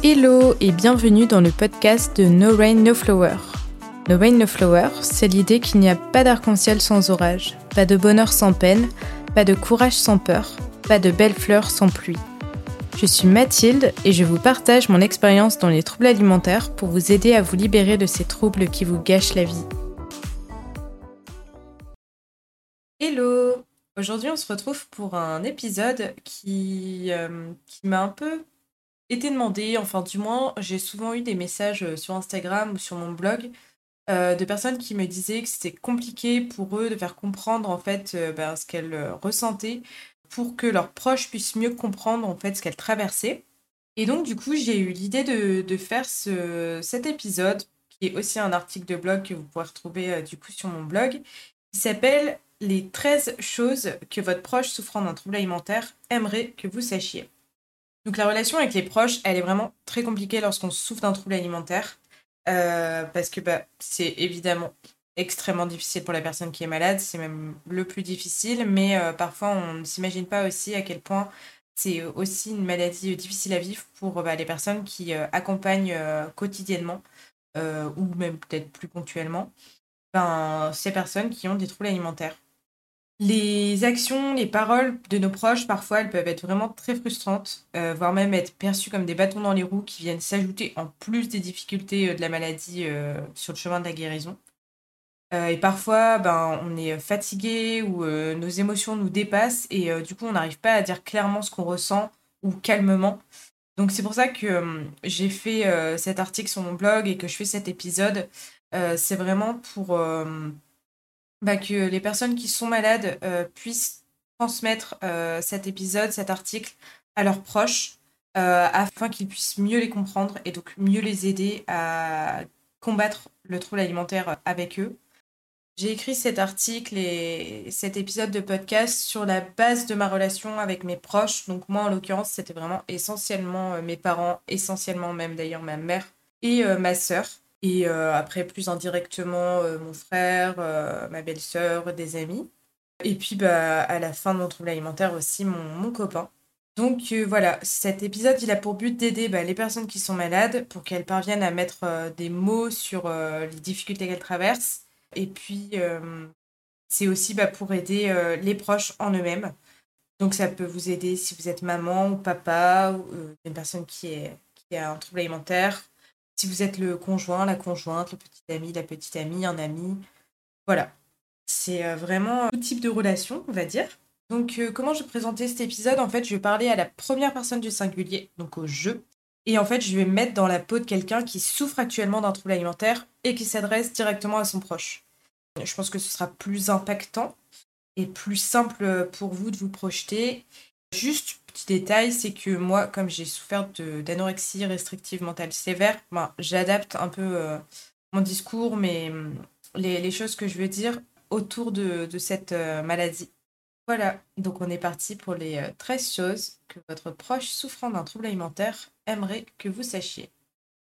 Hello et bienvenue dans le podcast de No Rain No Flower. No Rain No Flower, c'est l'idée qu'il n'y a pas d'arc-en-ciel sans orage, pas de bonheur sans peine, pas de courage sans peur, pas de belles fleurs sans pluie. Je suis Mathilde et je vous partage mon expérience dans les troubles alimentaires pour vous aider à vous libérer de ces troubles qui vous gâchent la vie. Hello! Aujourd'hui on se retrouve pour un épisode qui m'a un peu été demandé, enfin du moins j'ai souvent eu des messages sur Instagram ou sur mon blog de personnes qui me disaient que c'était compliqué pour eux de faire comprendre en fait ce qu'elles ressentaient pour que leurs proches puissent mieux comprendre en fait ce qu'elles traversaient. Et donc du coup j'ai eu l'idée de faire cet épisode qui est aussi un article de blog que vous pourrez retrouver du coup sur mon blog qui s'appelle les 13 choses que votre proche souffrant d'un trouble alimentaire aimerait que vous sachiez. Donc la relation avec les proches, elle est vraiment très compliquée lorsqu'on souffre d'un trouble alimentaire parce que c'est évidemment extrêmement difficile pour la personne qui est malade, c'est même le plus difficile, mais parfois on ne s'imagine pas aussi à quel point c'est aussi une maladie difficile à vivre pour les personnes qui accompagnent quotidiennement ou même peut-être plus ponctuellement ces personnes qui ont des troubles alimentaires. Les actions, les paroles de nos proches, parfois, elles peuvent être vraiment très frustrantes, voire même être perçues comme des bâtons dans les roues qui viennent s'ajouter en plus des difficultés de la maladie sur le chemin de la guérison. Et parfois, on est fatigué ou nos émotions nous dépassent et du coup, on n'arrive pas à dire clairement ce qu'on ressent ou calmement. Donc c'est pour ça que j'ai fait cet article sur mon blog et que je fais cet épisode. C'est vraiment pour que les personnes qui sont malades puissent transmettre cet épisode, cet article à leurs proches afin qu'ils puissent mieux les comprendre et donc mieux les aider à combattre le trouble alimentaire avec eux. J'ai écrit cet article et cet épisode de podcast sur la base de ma relation avec mes proches. Donc moi, en l'occurrence, c'était vraiment essentiellement mes parents, essentiellement même d'ailleurs ma mère et ma sœur. Et après, plus indirectement, mon frère, ma belle-sœur, des amis. Et puis, à la fin de mon trouble alimentaire aussi, mon copain. Donc voilà, cet épisode, il a pour but d'aider les personnes qui sont malades pour qu'elles parviennent à mettre des mots sur les difficultés qu'elles traversent. Et puis, c'est aussi pour aider les proches en eux-mêmes. Donc ça peut vous aider si vous êtes maman ou papa, ou une personne qui a un trouble alimentaire. Si vous êtes le conjoint, la conjointe, le petit ami, la petite amie, un ami. Voilà. C'est vraiment tout type de relation, on va dire. Donc comment je vais présenter cet épisode? En fait, je vais parler à la première personne du singulier, donc au je. Et en fait, je vais me mettre dans la peau de quelqu'un qui souffre actuellement d'un trouble alimentaire et qui s'adresse directement à son proche. Je pense que ce sera plus impactant et plus simple pour vous de vous projeter. Juste, petit détail, c'est que moi, comme j'ai souffert d'anorexie restrictive mentale sévère, j'adapte un peu mon discours, mais les choses que je veux dire autour de cette maladie. Voilà, donc on est parti pour les 13 choses que votre proche souffrant d'un trouble alimentaire aimerait que vous sachiez.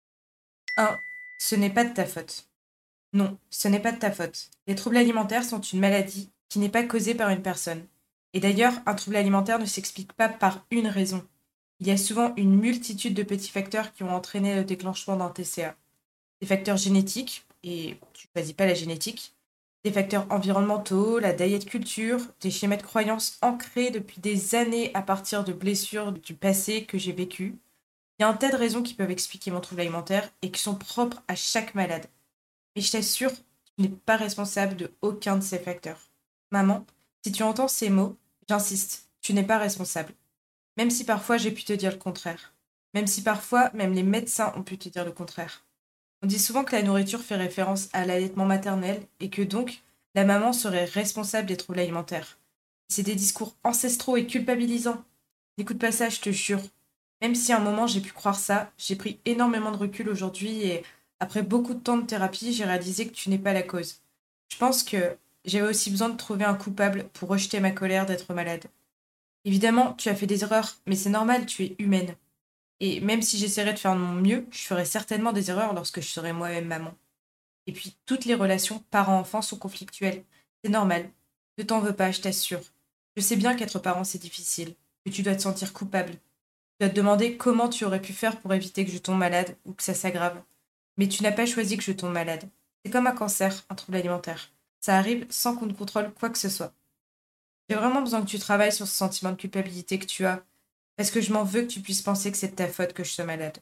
1. Ce n'est pas de ta faute. Non, ce n'est pas de ta faute. Les troubles alimentaires sont une maladie qui n'est pas causée par une personne. Et d'ailleurs, un trouble alimentaire ne s'explique pas par une raison. Il y a souvent une multitude de petits facteurs qui ont entraîné le déclenchement d'un TCA. Des facteurs génétiques, et tu ne choisis pas la génétique, des facteurs environnementaux, la diet culture, des schémas de croyances ancrés depuis des années à partir de blessures du passé que j'ai vécues. Il y a un tas de raisons qui peuvent expliquer mon trouble alimentaire et qui sont propres à chaque malade. Et je t'assure, tu n'es pas responsable de aucun de ces facteurs. Maman, si tu entends ces mots, j'insiste, tu n'es pas responsable. Même si parfois j'ai pu te dire le contraire. Même si parfois, même les médecins ont pu te dire le contraire. On dit souvent que la nourriture fait référence à l'allaitement maternel et que donc, la maman serait responsable des troubles alimentaires. C'est des discours ancestraux et culpabilisants. N'écoute pas ça, je te jure. Même si à un moment j'ai pu croire ça, j'ai pris énormément de recul aujourd'hui et après beaucoup de temps de thérapie, j'ai réalisé que tu n'es pas la cause. Je pense que j'avais aussi besoin de trouver un coupable pour rejeter ma colère d'être malade. Évidemment, tu as fait des erreurs, mais c'est normal, tu es humaine. Et même si j'essaierais de faire de mon mieux, je ferais certainement des erreurs lorsque je serai moi-même maman. Et puis, toutes les relations parents-enfants sont conflictuelles. C'est normal. Ne t'en veux pas, je t'assure. Je sais bien qu'être parent, c'est difficile, que tu dois te sentir coupable. Tu vas te demander comment tu aurais pu faire pour éviter que je tombe malade ou que ça s'aggrave. Mais tu n'as pas choisi que je tombe malade. C'est comme un cancer, un trouble alimentaire. Ça arrive sans qu'on ne contrôle quoi que ce soit. J'ai vraiment besoin que tu travailles sur ce sentiment de culpabilité que tu as, parce que je m'en veux que tu puisses penser que c'est de ta faute que je sois malade.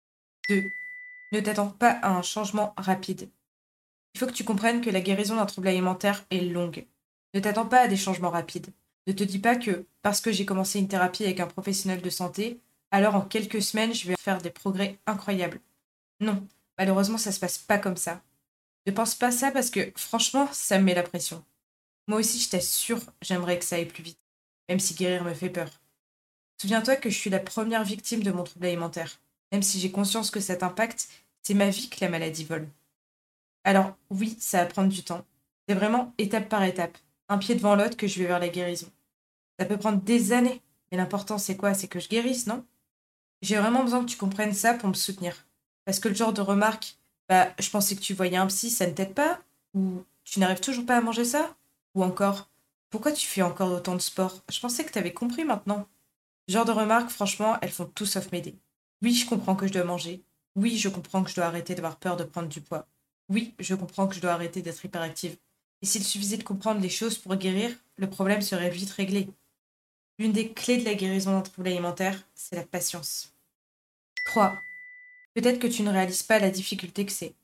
2. Ne t'attends pas à un changement rapide. Il faut que tu comprennes que la guérison d'un trouble alimentaire est longue. Ne t'attends pas à des changements rapides. Ne te dis pas que, parce que j'ai commencé une thérapie avec un professionnel de santé, alors en quelques semaines, je vais faire des progrès incroyables. Non, malheureusement, ça se passe pas comme ça. Ne pense pas ça parce que, franchement, ça me met la pression. Moi aussi, je t'assure, j'aimerais que ça aille plus vite, même si guérir me fait peur. Souviens-toi que je suis la première victime de mon trouble alimentaire. Même si j'ai conscience que cet impact, c'est ma vie que la maladie vole. Alors oui, ça va prendre du temps. C'est vraiment étape par étape, un pied devant l'autre que je vais vers la guérison. Ça peut prendre des années, mais l'important c'est quoi? C'est que je guérisse, non? J'ai vraiment besoin que tu comprennes ça pour me soutenir. Parce que le genre de remarque, bah, je pensais que tu voyais un psy, ça ne t'aide pas? Ou tu n'arrives toujours pas à manger ça? Ou encore, pourquoi tu fais encore autant de sport? Je pensais que t'avais compris maintenant. Ce genre de remarques, franchement, elles font tout sauf m'aider. Oui, je comprends que je dois manger. Oui, je comprends que je dois arrêter d'avoir peur de prendre du poids. Oui, je comprends que je dois arrêter d'être hyperactive. Et s'il suffisait de comprendre les choses pour guérir, le problème serait vite réglé. L'une des clés de la guérison d'un trouble alimentaire, c'est la patience. 3. Peut-être que tu ne réalises pas la difficulté que c'est.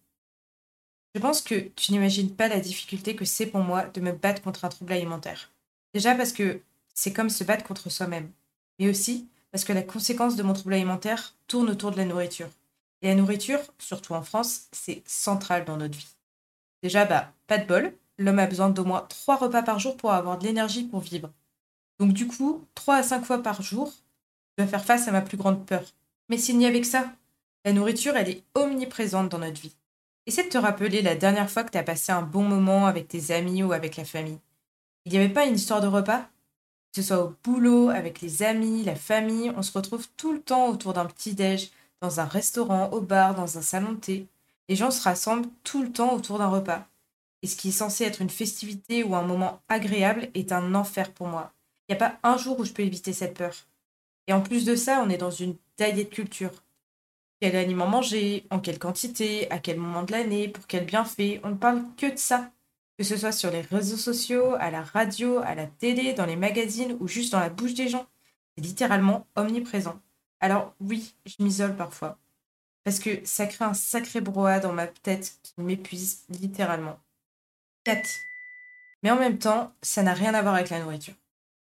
Je pense que tu n'imagines pas la difficulté que c'est pour moi de me battre contre un trouble alimentaire. Déjà parce que c'est comme se battre contre soi-même. Mais aussi parce que la conséquence de mon trouble alimentaire tourne autour de la nourriture. Et la nourriture, surtout en France, c'est central dans notre vie. Déjà, bah, pas de bol. L'homme a besoin d'au moins 3 repas par jour pour avoir de l'énergie pour vivre. Donc du coup, 3 à 5 fois par jour, je dois faire face à ma plus grande peur. Mais s'il n'y avait que ça, la nourriture, elle est omniprésente dans notre vie. Essaie de te rappeler la dernière fois que tu as passé un bon moment avec tes amis ou avec la famille. Il n'y avait pas une histoire de repas? Que ce soit au boulot, avec les amis, la famille, on se retrouve tout le temps autour d'un petit-déj, dans un restaurant, au bar, dans un salon de thé. Les gens se rassemblent tout le temps autour d'un repas. Et ce qui est censé être une festivité ou un moment agréable est un enfer pour moi. Il n'y a pas un jour où je peux éviter cette peur. Et en plus de ça, on est dans une diet culture. Quel aliment manger, en quelle quantité, à quel moment de l'année, pour quel bienfait, on ne parle que de ça. Que ce soit sur les réseaux sociaux, à la radio, à la télé, dans les magazines ou juste dans la bouche des gens. C'est littéralement omniprésent. Alors oui, je m'isole parfois. Parce que ça crée un sacré brouhaha dans ma tête qui m'épuise littéralement. 4. Mais en même temps, ça n'a rien à voir avec la nourriture.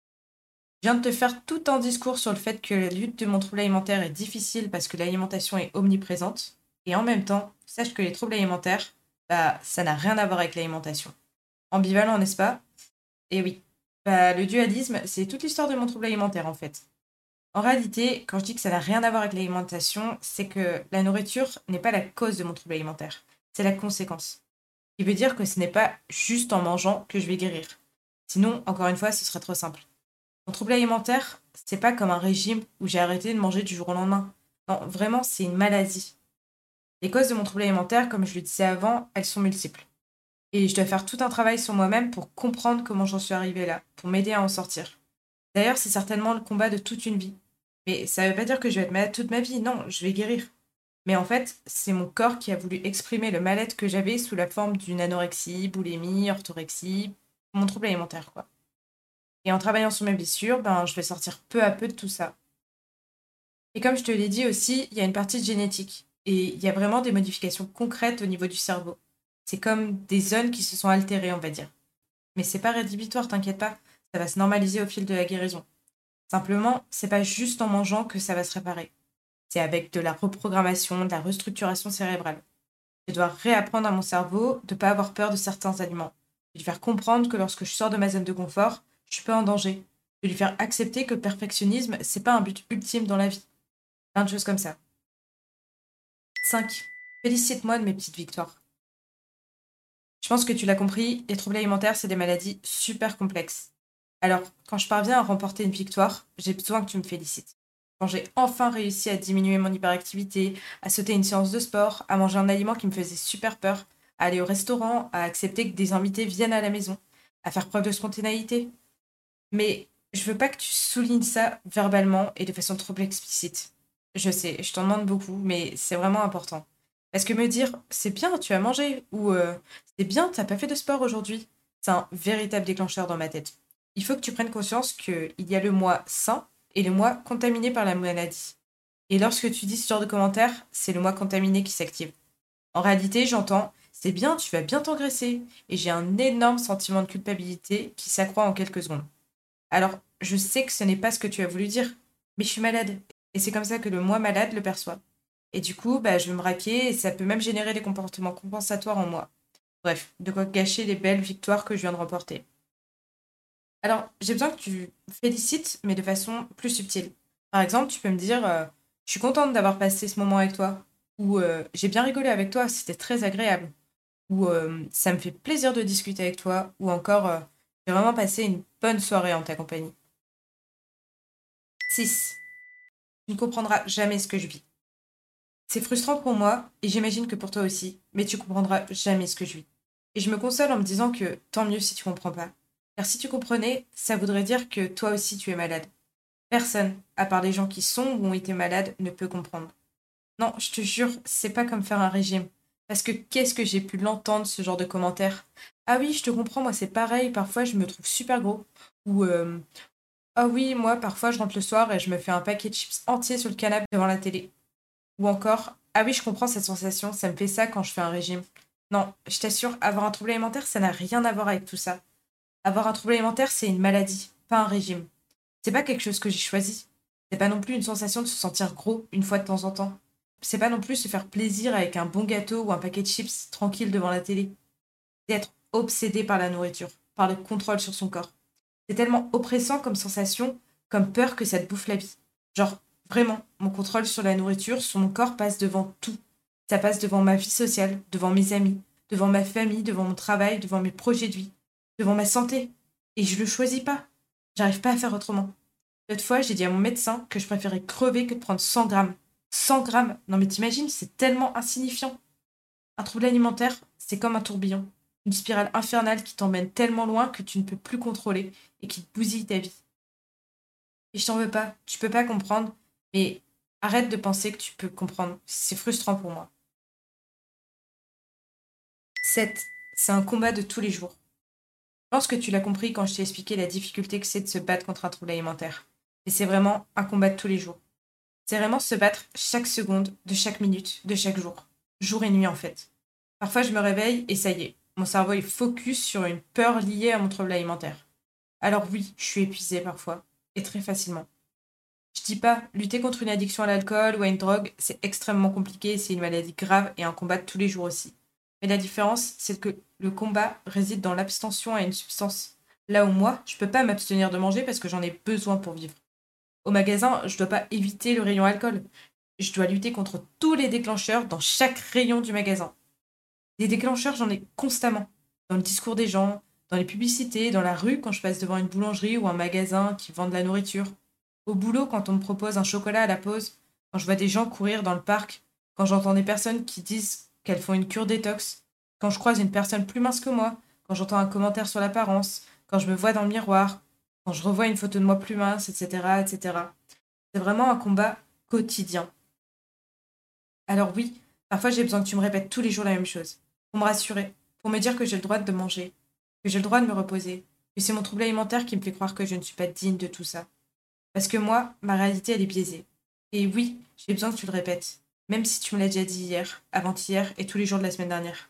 Je viens de te faire tout un discours sur le fait que la lutte de mon trouble alimentaire est difficile parce que l'alimentation est omniprésente. Et en même temps, sache que les troubles alimentaires, bah, ça n'a rien à voir avec l'alimentation. Ambivalent, n'est-ce pas? Et oui. Bah, le dualisme, c'est toute l'histoire de mon trouble alimentaire, en fait. En réalité, quand je dis que ça n'a rien à voir avec l'alimentation, c'est que la nourriture n'est pas la cause de mon trouble alimentaire. C'est la conséquence. Ce qui veut dire que ce n'est pas juste en mangeant que je vais guérir. Sinon, encore une fois, ce serait trop simple. Mon trouble alimentaire, c'est pas comme un régime où j'ai arrêté de manger du jour au lendemain. Non, vraiment, c'est une maladie. Les causes de mon trouble alimentaire, comme je le disais avant, elles sont multiples. Et je dois faire tout un travail sur moi-même pour comprendre comment j'en suis arrivée là, pour m'aider à en sortir. D'ailleurs, c'est certainement le combat de toute une vie. Mais ça veut pas dire que je vais être malade toute ma vie, non, je vais guérir. Mais en fait, c'est mon corps qui a voulu exprimer le mal-être que j'avais sous la forme d'une anorexie, boulimie, orthorexie, mon trouble alimentaire, quoi. Et en travaillant sur mes blessures, ben, je vais sortir peu à peu de tout ça. Et comme je te l'ai dit aussi, il y a une partie de génétique. Et il y a vraiment des modifications concrètes au niveau du cerveau. C'est comme des zones qui se sont altérées, on va dire. Mais c'est pas rédhibitoire, t'inquiète pas. Ça va se normaliser au fil de la guérison. Simplement, c'est pas juste en mangeant que ça va se réparer. C'est avec de la reprogrammation, de la restructuration cérébrale. Je dois réapprendre à mon cerveau de ne pas avoir peur de certains aliments. De lui faire comprendre que lorsque je sors de ma zone de confort, je suis pas en danger. De lui faire accepter que le perfectionnisme, c'est pas un but ultime dans la vie. Plein de choses comme ça. 5. Félicite-moi de mes petites victoires. Je pense que tu l'as compris, les troubles alimentaires, c'est des maladies super complexes. Alors, quand je parviens à remporter une victoire, j'ai besoin que tu me félicites. Quand j'ai enfin réussi à diminuer mon hyperactivité, à sauter une séance de sport, à manger un aliment qui me faisait super peur, à aller au restaurant, à accepter que des invités viennent à la maison, à faire preuve de spontanéité. Mais Je veux pas que tu soulignes ça verbalement et de façon trop explicite. Je sais, je t'en demande beaucoup, mais c'est vraiment important. Parce que me dire c'est bien, tu as mangé ou c'est bien, t'as pas fait de sport aujourd'hui, c'est un véritable déclencheur dans ma tête. Il faut que tu prennes conscience qu'il y a le moi sain et le moi contaminé par la maladie. Et lorsque tu dis ce genre de commentaire, c'est le moi contaminé qui s'active. En réalité, j'entends c'est bien, tu vas bien t'engraisser et j'ai un énorme sentiment de culpabilité qui s'accroît en quelques secondes. Alors, je sais que ce n'est pas ce que tu as voulu dire, mais je suis malade. Et c'est comme ça que le moi malade le perçoit. Et du coup, bah, je vais me raquer et ça peut même générer des comportements compensatoires en moi. Bref, de quoi gâcher les belles victoires que je viens de remporter. Alors, j'ai besoin que tu félicites, mais de façon plus subtile. Par exemple, tu peux me dire je suis contente d'avoir passé ce moment avec toi. Ou j'ai bien rigolé avec toi, c'était très agréable. Ou ça me fait plaisir de discuter avec toi. Ou encore j'ai vraiment passé une bonne soirée en ta compagnie. 6. Tu ne comprendras jamais ce que je vis. C'est frustrant pour moi, et j'imagine que pour toi aussi, mais tu comprendras jamais ce que je vis. Et je me console en me disant que tant mieux si tu comprends pas. Car si tu comprenais, ça voudrait dire que toi aussi tu es malade. Personne, à part les gens qui sont ou ont été malades, ne peut comprendre. Non, je te jure, c'est pas comme faire un régime. Parce que qu'est-ce que j'ai pu l'entendre, ce genre de commentaires. Ah oui, je te comprends, moi c'est pareil, parfois je me trouve super gros. Ou ah oui, moi parfois je rentre le soir et je me fais un paquet de chips entier sur le canapé devant la télé. Ou encore, ah oui, je comprends cette sensation, ça me fait ça quand je fais un régime. Non, je t'assure, avoir un trouble alimentaire, ça n'a rien à voir avec tout ça. Avoir un trouble alimentaire, c'est une maladie, pas un régime. C'est pas quelque chose que j'ai choisi. C'est pas non plus une sensation de se sentir gros une fois de temps en temps. C'est pas non plus se faire plaisir avec un bon gâteau ou un paquet de chips tranquille devant la télé. C'est être obsédé par la nourriture, par le contrôle sur son corps. C'est tellement oppressant comme sensation, comme peur que ça te bouffe la vie. Genre, vraiment, mon contrôle sur la nourriture, sur mon corps passe devant tout. Ça passe devant ma vie sociale, devant mes amis, devant ma famille, devant mon travail, devant mes projets de vie, devant ma santé. Et je le choisis pas. J'arrive pas à faire autrement. L'autre fois, j'ai dit à mon médecin que je préférais crever que de prendre 100 grammes. 100 grammes. Non mais t'imagines, c'est tellement insignifiant. Un trouble alimentaire, c'est comme un tourbillon. Une spirale infernale qui t'emmène tellement loin que tu ne peux plus contrôler et qui te bousille ta vie. Et je t'en veux pas, tu peux pas comprendre, mais arrête de penser que tu peux comprendre. C'est frustrant pour moi. 7. C'est un combat de tous les jours. Je pense que tu l'as compris quand je t'ai expliqué la difficulté que c'est de se battre contre un trouble alimentaire. Et c'est vraiment un combat de tous les jours. C'est vraiment se battre chaque seconde, de chaque minute, de chaque jour. Jour et nuit en fait. Parfois je me réveille et ça y est, mon cerveau est focus sur une peur liée à mon trouble alimentaire. Alors oui, je suis épuisée parfois, et très facilement. Je dis pas, lutter contre une addiction à l'alcool ou à une drogue, c'est extrêmement compliqué, c'est une maladie grave et un combat de tous les jours aussi. Mais la différence, c'est que le combat réside dans l'abstention à une substance. Là où moi, je peux pas m'abstenir de manger parce que j'en ai besoin pour vivre. Au magasin, je dois pas éviter le rayon alcool. Je dois lutter contre tous les déclencheurs dans chaque rayon du magasin. Des déclencheurs, j'en ai constamment. Dans le discours des gens, dans les publicités, dans la rue quand je passe devant une boulangerie ou un magasin qui vend de la nourriture. Au boulot quand on me propose un chocolat à la pause, quand je vois des gens courir dans le parc, quand j'entends des personnes qui disent qu'elles font une cure détox, quand je croise une personne plus mince que moi, quand j'entends un commentaire sur l'apparence, quand je me vois dans le miroir, quand je revois une photo de moi plus mince, etc., etc. C'est vraiment un combat quotidien. Alors oui, parfois j'ai besoin que tu me répètes tous les jours la même chose, pour me rassurer, pour me dire que j'ai le droit de manger, que j'ai le droit de me reposer, que c'est mon trouble alimentaire qui me fait croire que je ne suis pas digne de tout ça. Parce que moi, ma réalité, elle est biaisée. Et oui, j'ai besoin que tu le répètes, même si tu me l'as déjà dit hier, avant-hier et tous les jours de la semaine dernière.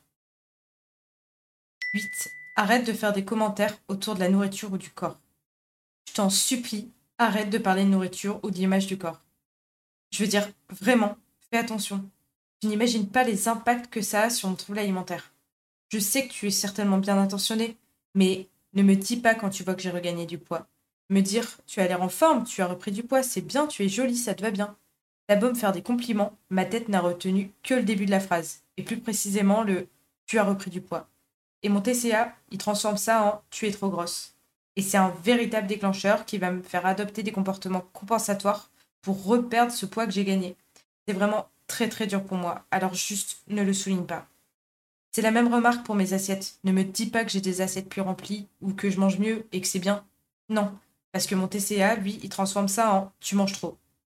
8. Arrête de faire des commentaires autour de la nourriture ou du corps. Je t'en supplie, arrête de parler de nourriture ou d'image du corps. Je veux dire, vraiment, fais attention. Tu n'imagines pas les impacts que ça a sur mon trouble alimentaire. Je sais que tu es certainement bien intentionné, mais ne me dis pas quand tu vois que j'ai regagné du poids. Me dire, tu as l'air en forme, tu as repris du poids, c'est bien, tu es jolie, ça te va bien. T'as beau me faire des compliments, ma tête n'a retenu que le début de la phrase, et plus précisément le tu as repris du poids. Et mon TCA, il transforme ça en tu es trop grosse. Et c'est un véritable déclencheur qui va me faire adopter des comportements compensatoires pour reperdre ce poids que j'ai gagné. C'est vraiment très très dur pour moi, alors juste ne le souligne pas. C'est la même remarque pour mes assiettes. Ne me dis pas que j'ai des assiettes plus remplies ou que je mange mieux et que c'est bien. Non, Parce que mon TCA, lui, il transforme ça en tu manges trop.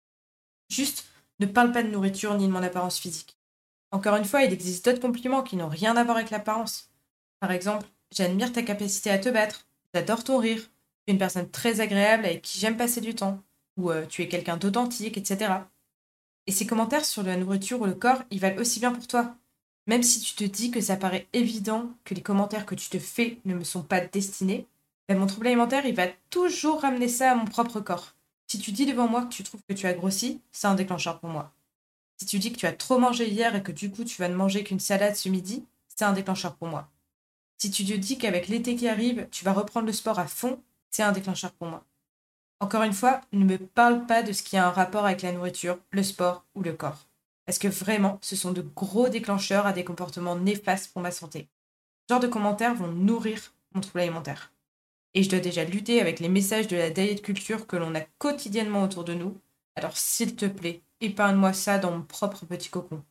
Juste, ne parle pas de nourriture ni de mon apparence physique. Encore une fois, il existe d'autres compliments qui n'ont rien à voir avec l'apparence. Par exemple, j'admire ta capacité à te battre, j'adore ton rire, tu es une personne très agréable avec qui j'aime passer du temps, ou tu es quelqu'un d'authentique, etc. Et ces commentaires sur la nourriture ou le corps, ils valent aussi bien pour toi. Même si tu te dis que ça paraît évident que les commentaires que tu te fais ne me sont pas destinés, ben mon trouble alimentaire, il va toujours ramener ça à mon propre corps. Si tu dis devant moi que tu trouves que tu as grossi, c'est un déclencheur pour moi. Si tu dis que tu as trop mangé hier et que du coup tu vas ne manger qu'une salade ce midi, c'est un déclencheur pour moi. Si tu te dis qu'avec l'été qui arrive, tu vas reprendre le sport à fond, c'est un déclencheur pour moi. Encore une fois, ne me parle pas de ce qui a un rapport avec la nourriture, le sport ou le corps. Parce que vraiment, ce sont de gros déclencheurs à des comportements néfastes pour ma santé. Ce genre de commentaires vont nourrir mon trouble alimentaire. Et je dois déjà lutter avec les messages de la diet culture que l'on a quotidiennement autour de nous. Alors s'il te plaît, épargne-moi ça dans mon propre petit cocon.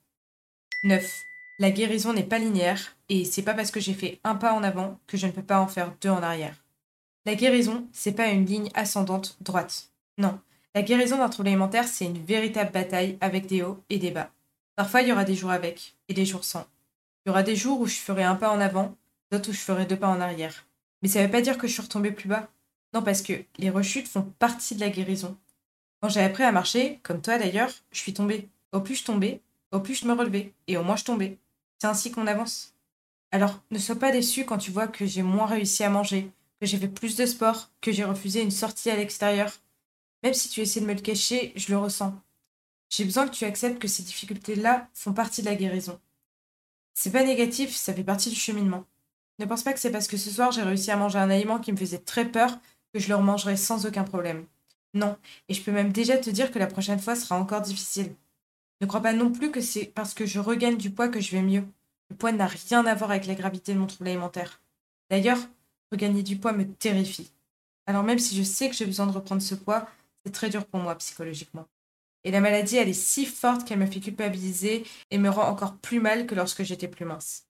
9. La guérison n'est pas linéaire, et c'est pas parce que j'ai fait un pas en avant que je ne peux pas en faire deux en arrière. La guérison, c'est pas une ligne ascendante droite. Non. La guérison d'un trouble alimentaire, c'est une véritable bataille avec des hauts et des bas. Parfois, il y aura des jours avec et des jours sans. Il y aura des jours où je ferai un pas en avant, d'autres où je ferai deux pas en arrière. Mais ça ne veut pas dire que je suis retombée plus bas. Non, parce que les rechutes font partie de la guérison. Quand j'ai appris à marcher, comme toi d'ailleurs, je suis tombée. Au plus je tombais, au plus je me relevais, et au moins je tombais. C'est ainsi qu'on avance. Alors, ne sois pas déçu quand tu vois que j'ai moins réussi à manger, que j'ai fait plus de sport, que j'ai refusé une sortie à l'extérieur. Même si tu essaies de me le cacher, je le ressens. J'ai besoin que tu acceptes que ces difficultés-là font partie de la guérison. C'est pas négatif, ça fait partie du cheminement. Ne pense pas que c'est parce que ce soir j'ai réussi à manger un aliment qui me faisait très peur que je le remangerai sans aucun problème. Non, et je peux même déjà te dire que la prochaine fois sera encore difficile. Ne crois pas non plus que c'est parce que je regagne du poids que je vais mieux. Le poids n'a rien à voir avec la gravité de mon trouble alimentaire. D'ailleurs, regagner du poids me terrifie. Alors même si je sais que j'ai besoin de reprendre ce poids, c'est très dur pour moi psychologiquement. Et la maladie, elle est si forte qu'elle me fait culpabiliser et me rend encore plus mal que lorsque j'étais plus mince.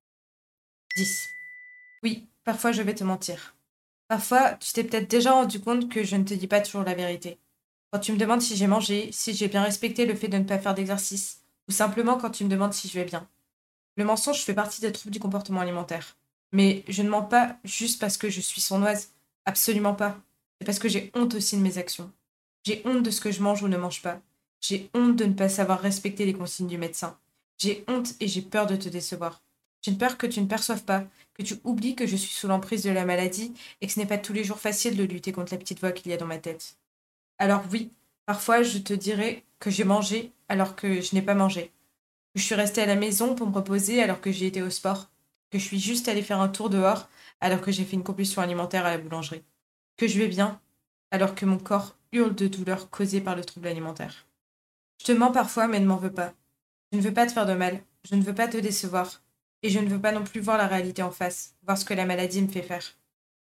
10. Oui, parfois je vais te mentir. Parfois, tu t'es peut-être déjà rendu compte que je ne te dis pas toujours la vérité. Quand tu me demandes si j'ai mangé, si j'ai bien respecté le fait de ne pas faire d'exercice, ou simplement quand tu me demandes si je vais bien. Le mensonge fait partie des troubles du comportement alimentaire. Mais je ne mens pas juste parce que je suis sournoise. Absolument pas. C'est parce que j'ai honte aussi de mes actions. J'ai honte de ce que je mange ou ne mange pas. J'ai honte de ne pas savoir respecter les consignes du médecin. J'ai honte et j'ai peur de te décevoir. J'ai peur que tu ne perçoives pas, que tu oublies que je suis sous l'emprise de la maladie et que ce n'est pas tous les jours facile de lutter contre la petite voix qu'il y a dans ma tête. Alors oui, parfois je te dirai que j'ai mangé alors que je n'ai pas mangé. Que je suis restée à la maison pour me reposer alors que j'ai été au sport. Que je suis juste allée faire un tour dehors alors que j'ai fait une compulsion alimentaire à la boulangerie. Que je vais bien alors que mon corps hurle de douleur causée par le trouble alimentaire. Je te mens parfois, mais ne m'en veux pas. Je ne veux pas te faire de mal, je ne veux pas te décevoir, et je ne veux pas non plus voir la réalité en face, voir ce que la maladie me fait faire.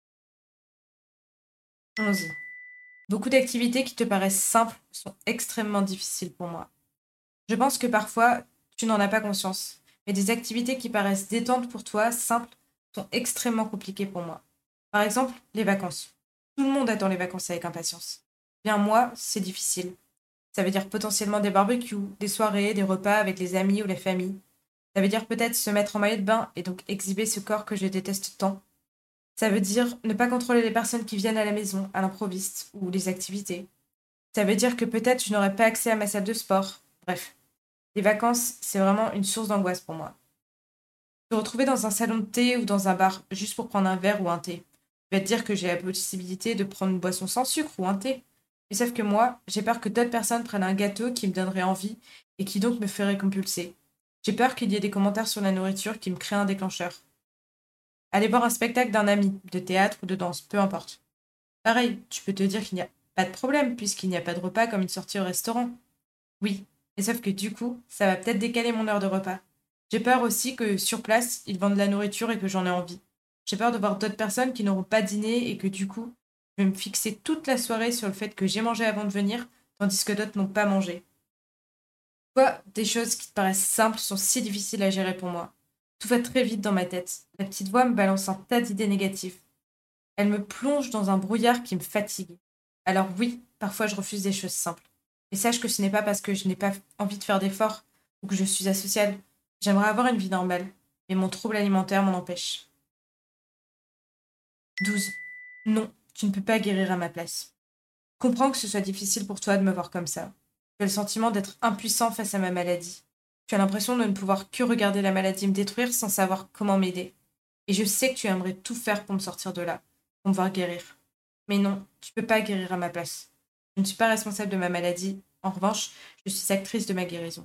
11. Beaucoup d'activités qui te paraissent simples sont extrêmement difficiles pour moi. Je pense que parfois, tu n'en as pas conscience, mais des activités qui paraissent détentes pour toi, simples, sont extrêmement compliquées pour moi. Par exemple, les vacances. Tout le monde attend les vacances avec impatience. Bien moi, c'est difficile. Ça veut dire potentiellement des barbecues, des soirées, des repas avec les amis ou la famille. Ça veut dire peut-être se mettre en maillot de bain et donc exhiber ce corps que je déteste tant. Ça veut dire ne pas contrôler les personnes qui viennent à la maison, à l'improviste ou les activités. Ça veut dire que peut-être je n'aurai pas accès à ma salle de sport. Bref, les vacances, c'est vraiment une source d'angoisse pour moi. Se retrouver dans un salon de thé ou dans un bar juste pour prendre un verre ou un thé. Je vais te dire que j'ai la possibilité de prendre une boisson sans sucre ou un thé. Mais sauf que moi, j'ai peur que d'autres personnes prennent un gâteau qui me donnerait envie et qui donc me ferait compulser. J'ai peur qu'il y ait des commentaires sur la nourriture qui me créent un déclencheur. Aller voir un spectacle d'un ami, de théâtre ou de danse, peu importe. Pareil, tu peux te dire qu'il n'y a pas de problème puisqu'il n'y a pas de repas comme une sortie au restaurant. Oui, mais sauf que du coup, ça va peut-être décaler mon heure de repas. J'ai peur aussi que sur place, ils vendent de la nourriture et que j'en ai envie. J'ai peur de voir d'autres personnes qui n'auront pas dîné et que du coup, je vais me fixer toute la soirée sur le fait que j'ai mangé avant de venir, tandis que d'autres n'ont pas mangé. Pourquoi des choses qui te paraissent simples sont si difficiles à gérer pour moi? Tout va très vite dans ma tête. La petite voix me balance un tas d'idées négatives. Elle me plonge dans un brouillard qui me fatigue. Alors oui, parfois je refuse des choses simples. Mais sache que ce n'est pas parce que je n'ai pas envie de faire d'efforts ou que je suis asociale. J'aimerais avoir une vie normale, mais mon trouble alimentaire m'en empêche. 12. Non, tu ne peux pas guérir à ma place. Je comprends que ce soit difficile pour toi de me voir comme ça. Tu as le sentiment d'être impuissant face à ma maladie. Tu as l'impression de ne pouvoir que regarder la maladie me détruire sans savoir comment m'aider. Et je sais que tu aimerais tout faire pour me sortir de là, pour me voir guérir. Mais non, tu peux pas guérir à ma place. Je ne suis pas responsable de ma maladie. En revanche, je suis actrice de ma guérison.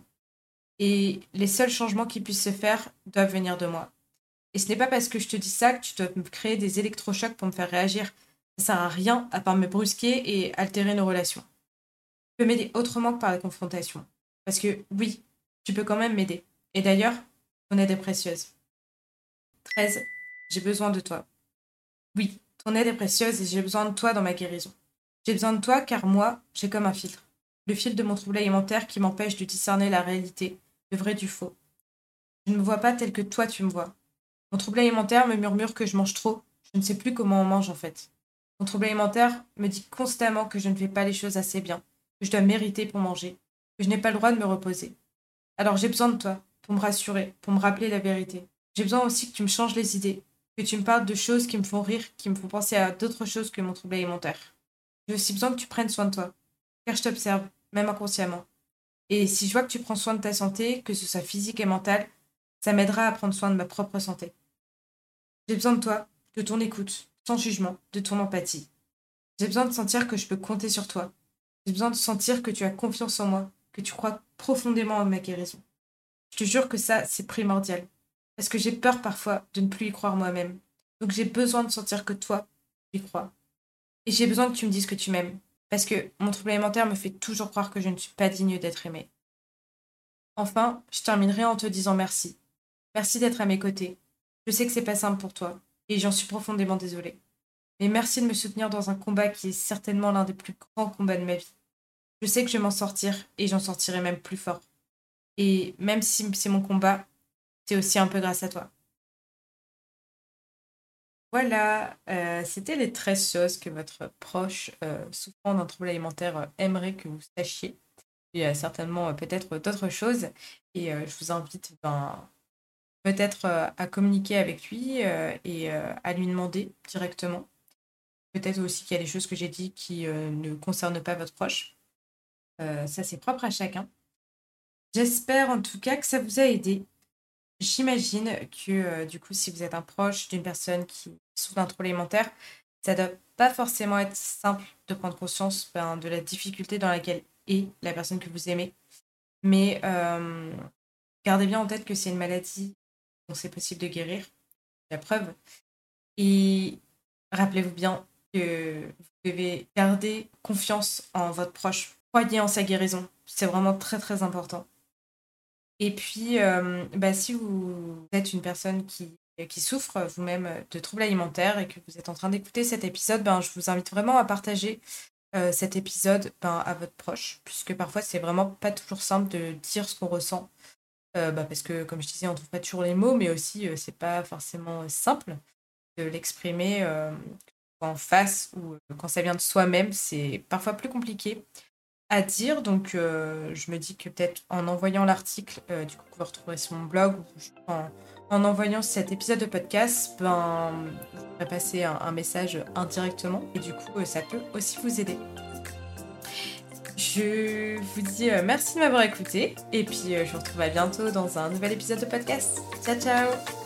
Et les seuls changements qui puissent se faire doivent venir de moi. Et ce n'est pas parce que je te dis ça que tu dois me créer des électrochocs pour me faire réagir. Ça sert à rien à part me brusquer et altérer nos relations. Tu peux m'aider autrement que par la confrontation. Parce que oui, tu peux quand même m'aider. Et d'ailleurs, ton aide est précieuse. 13. J'ai besoin de toi. Oui, ton aide est précieuse et j'ai besoin de toi dans ma guérison. J'ai besoin de toi car moi, j'ai comme un filtre. Le fil de mon trouble alimentaire qui m'empêche de discerner la réalité, le vrai du faux. Je ne me vois pas tel que toi tu me vois. Mon trouble alimentaire me murmure que je mange trop. Je ne sais plus comment on mange en fait. Mon trouble alimentaire me dit constamment que je ne fais pas les choses assez bien, que je dois mériter pour manger, que je n'ai pas le droit de me reposer. Alors j'ai besoin de toi, pour me rassurer, pour me rappeler la vérité. J'ai besoin aussi que tu me changes les idées, que tu me parles de choses qui me font rire, qui me font penser à d'autres choses que mon trouble alimentaire. J'ai aussi besoin que tu prennes soin de toi, car je t'observe, même inconsciemment. Et si je vois que tu prends soin de ta santé, que ce soit physique et mentale, ça m'aidera à prendre soin de ma propre santé. J'ai besoin de toi, de ton écoute, sans jugement, de ton empathie. J'ai besoin de sentir que je peux compter sur toi. J'ai besoin de sentir que tu as confiance en moi, que tu crois profondément en ma guérison. Je te jure que ça, c'est primordial. Parce que j'ai peur parfois de ne plus y croire moi-même. Donc j'ai besoin de sentir que toi, tu y crois. Et j'ai besoin que tu me dises que tu m'aimes. Parce que mon trouble alimentaire me fait toujours croire que je ne suis pas digne d'être aimée. Enfin, je terminerai en te disant merci. Merci d'être à mes côtés. Je sais que c'est pas simple pour toi. Et j'en suis profondément désolée. Mais merci de me soutenir dans un combat qui est certainement l'un des plus grands combats de ma vie. Je sais que je vais m'en sortir et j'en sortirai même plus fort. Et même si c'est mon combat, c'est aussi un peu grâce à toi. Voilà, c'était les 13 choses que votre proche souffrant d'un trouble alimentaire aimerait que vous sachiez. Il y a certainement peut-être d'autres choses. Et je vous invite peut-être à communiquer avec lui et à lui demander directement. Peut-être aussi qu'il y a des choses que j'ai dit qui ne concernent pas votre proche. Ça, c'est propre à chacun. J'espère en tout cas que ça vous a aidé. J'imagine que du coup, si vous êtes un proche d'une personne qui souffre d'un trouble alimentaire, ça ne doit pas forcément être simple de prendre conscience de la difficulté dans laquelle est la personne que vous aimez. Mais gardez bien en tête que c'est une maladie dont c'est possible de guérir, la preuve. Et rappelez-vous bien que vous devez garder confiance en votre proche. Croyez en sa guérison. C'est vraiment très très important. Et puis, si vous êtes une personne qui souffre vous-même de troubles alimentaires et que vous êtes en train d'écouter cet épisode, je vous invite vraiment à partager cet épisode à votre proche, puisque parfois c'est vraiment pas toujours simple de dire ce qu'on ressent, parce que comme je disais, on trouve pas toujours les mots, mais aussi c'est pas forcément simple de l'exprimer en face ou quand ça vient de soi-même, c'est parfois plus compliqué à dire. Donc, je me dis que peut-être en envoyant l'article, du coup, que vous retrouverez sur mon blog, ou juste en envoyant cet épisode de podcast, vous pourrez passer un message indirectement. Et du coup, ça peut aussi vous aider. Je vous dis merci de m'avoir écouté. Et puis, je vous retrouve à bientôt dans un nouvel épisode de podcast. Ciao, ciao!